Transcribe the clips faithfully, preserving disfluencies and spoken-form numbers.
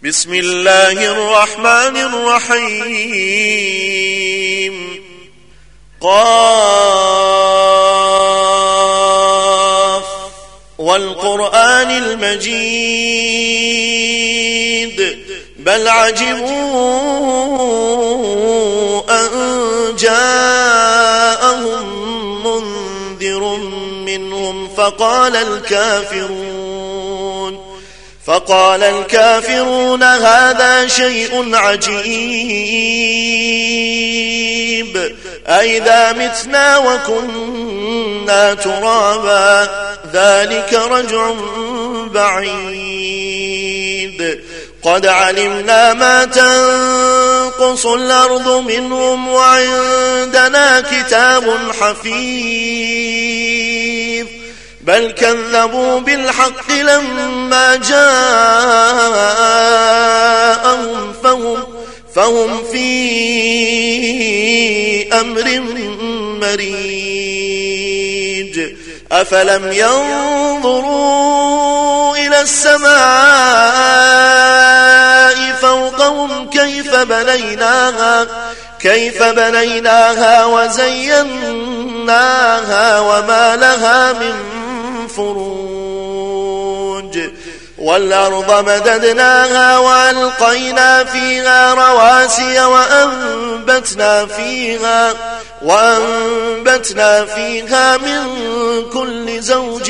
بسم الله الرحمن الرحيم قاف والقرآن المجيد بل عجبوا أن جاءهم منذر منهم فقال الكافرون فقال الكافرون هذا شيء عجيب أئذا متنا وكنا ترابا ذلك رجع بعيد قد علمنا ما تنقص الأرض منهم وعندنا كتاب حفيظ بل كذبوا بالحق لما جاءهم فهم, فهم في أمر مريج أفلم ينظروا إلى السماء فوقهم كيف بنيناها كيف بنيناها وزيناها وما لها من فروج والأرض مددناها وألقينا فيها رواسي وأنبتنا فيها وأنبتنا فيها من كل زوج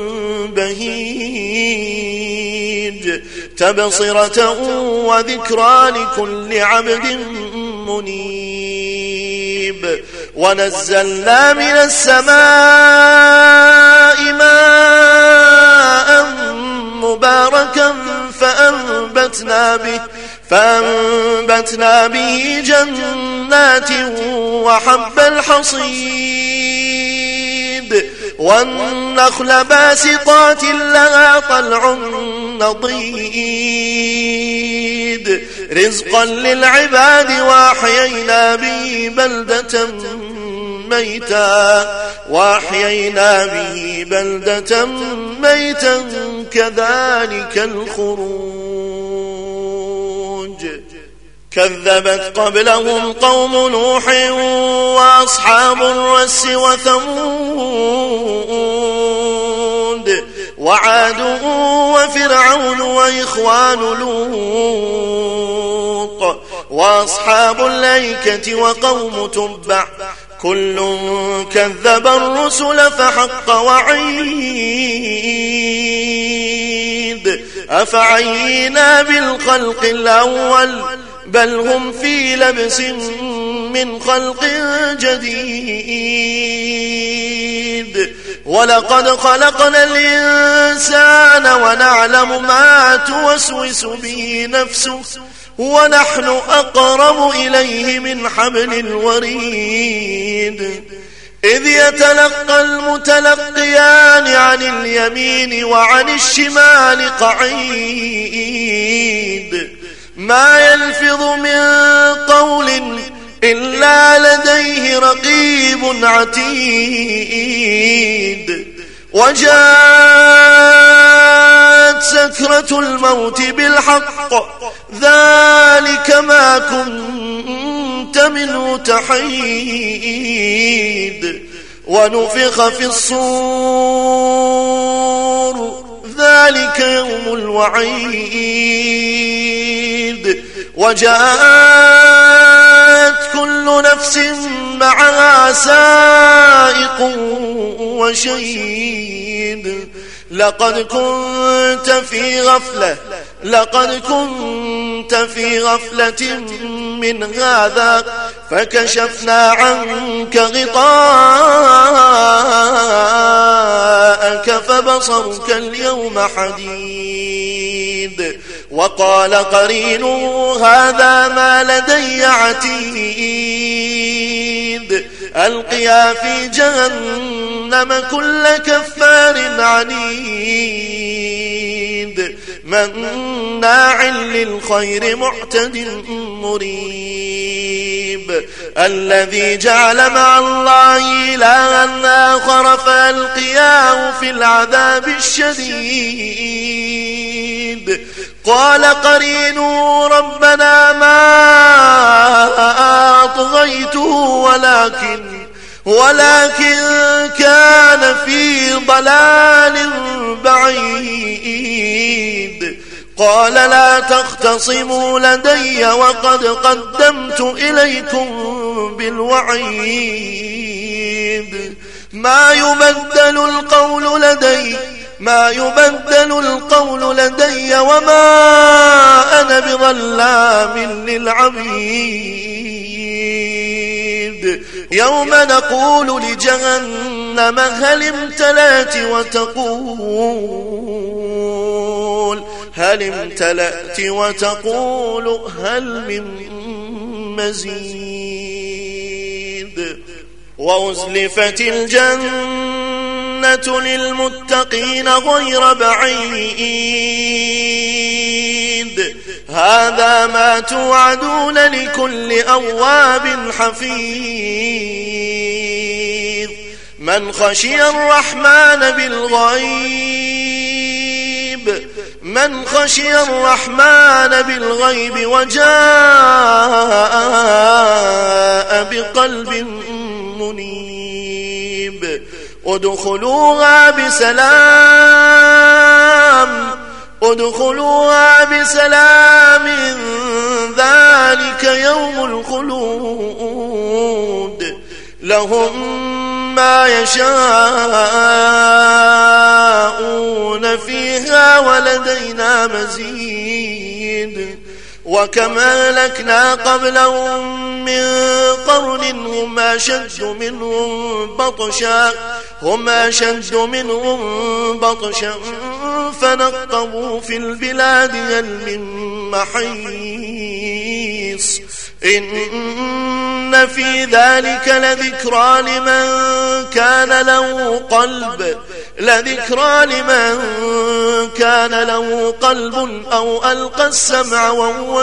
بهيج تبصرة وذكرى لكل عبد منيب ونزلنا من السماء ماء مباركا فأنبتنا به فأنبتنا به جنات وحب الحصيد والنخل باسقات لها طلع نضيد رزقا للعباد وأحيينا به بلدة ميتا وأحيينا به بلدة ميتا كذلك الخروج كذبت قبلهم قوم نوح وأصحاب الرس وثمود وعاد وفرعون وإخوان لوط وأصحاب الأيكة وقوم تبع كل كذب الرسل فحق وعيد أفعينا بالخلق الأول بل هم في لبس من خلق جديد ولقد خلقنا الإنسان ونعلم ما توسوس به نفسه ونحن أقرب إليه من حبل الوريد إذ يتلقى المتلقيان عن اليمين وعن الشمال قعيد ما يلفظ من قول إلا لديه رقيب عتيد وجاءت سكرة الموت بالحق ذلك ما كنت منه تحيد ونفخ في الصور ذلك يوم الوعيد وجاءت كل نفس معها سائق وشهيد لقد كنت في غفلة لقد كنت في غفلة من هذا فكشفنا عنك غطاءك فبصرك اليوم حديد وقال قرينه هذا ما لدي عتيد ألقيا في جهنم كل كفار عنيد مناع للخير معتد مريب الذي جعل مع الله إلها آخر فألقياه في العذاب الشديد قال قرينه ربنا ما أطغيته ولكن ولكن كان في ضلال بعيد. قال لا تختصموا لدي وقد قدمت إليكم بالوعيد. ما يبدل القول لدي ما يبدل القول لدي وما أنا بظلام للعبيد. يوم نقول لجهنم هل امتلأت وتقول هل امتلأت وتقول هل من مزيد. وأزلفت الجنة للمتقين غير بعيد. هذا ما توعدون لكل أواب حفيظ. من خشي الرحمن بالغيب من خشي الرحمن بالغيب وجاء بقلب منيب. ادخلوها بسلام ادخلوها بسلام ذلك يوم الخلود. لهم ما يشاءون فيها ولدينا مزيد. وكما أهلكنا قبلهم من قرن هم أشد منهم بطشا هم أشد منهم بطشا فنقبوا في البلاد هل من محيص. إن في ذلك لذكرى لمن كان له قلب لذكرى لمن كان له قلب أو ألقى السمع وهو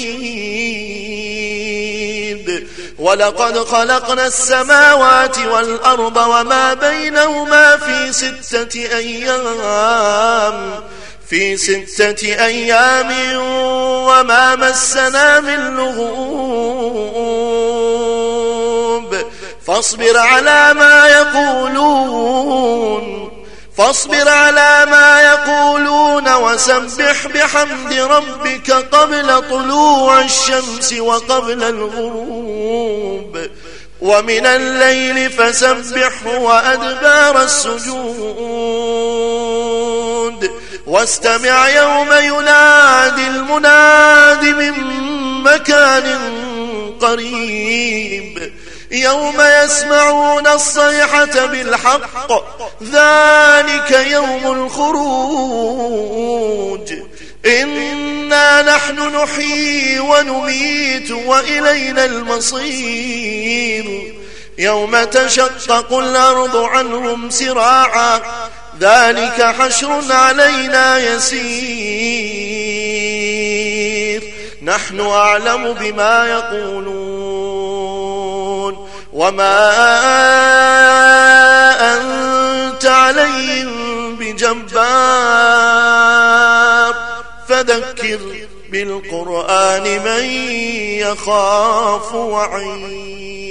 شهيد. ولقد خلقنا السماوات والأرض وما بينهما في ستة أيام في ستة أيام وما مسنا من لغوب. فاصبر على ما يقولون فاصبر على ما يقولون وسبح بحمد ربك قبل طلوع الشمس وقبل الغروب ومن الليل فسبحه وأدبار السجود. واستمع يوم ينادي المناد من مكان قريب. يوم يسمعون الصيحة بالحق ذلك يوم الخروج. إنا نحن نحيي ونميت وإلينا المصير. يوم تشقق الأرض عنهم سراعا ذلك حشر علينا يسير. نحن أعلم بما يقولون وما أنت عليهم بجبار. فذكر بالقرآن من يخاف وعيد.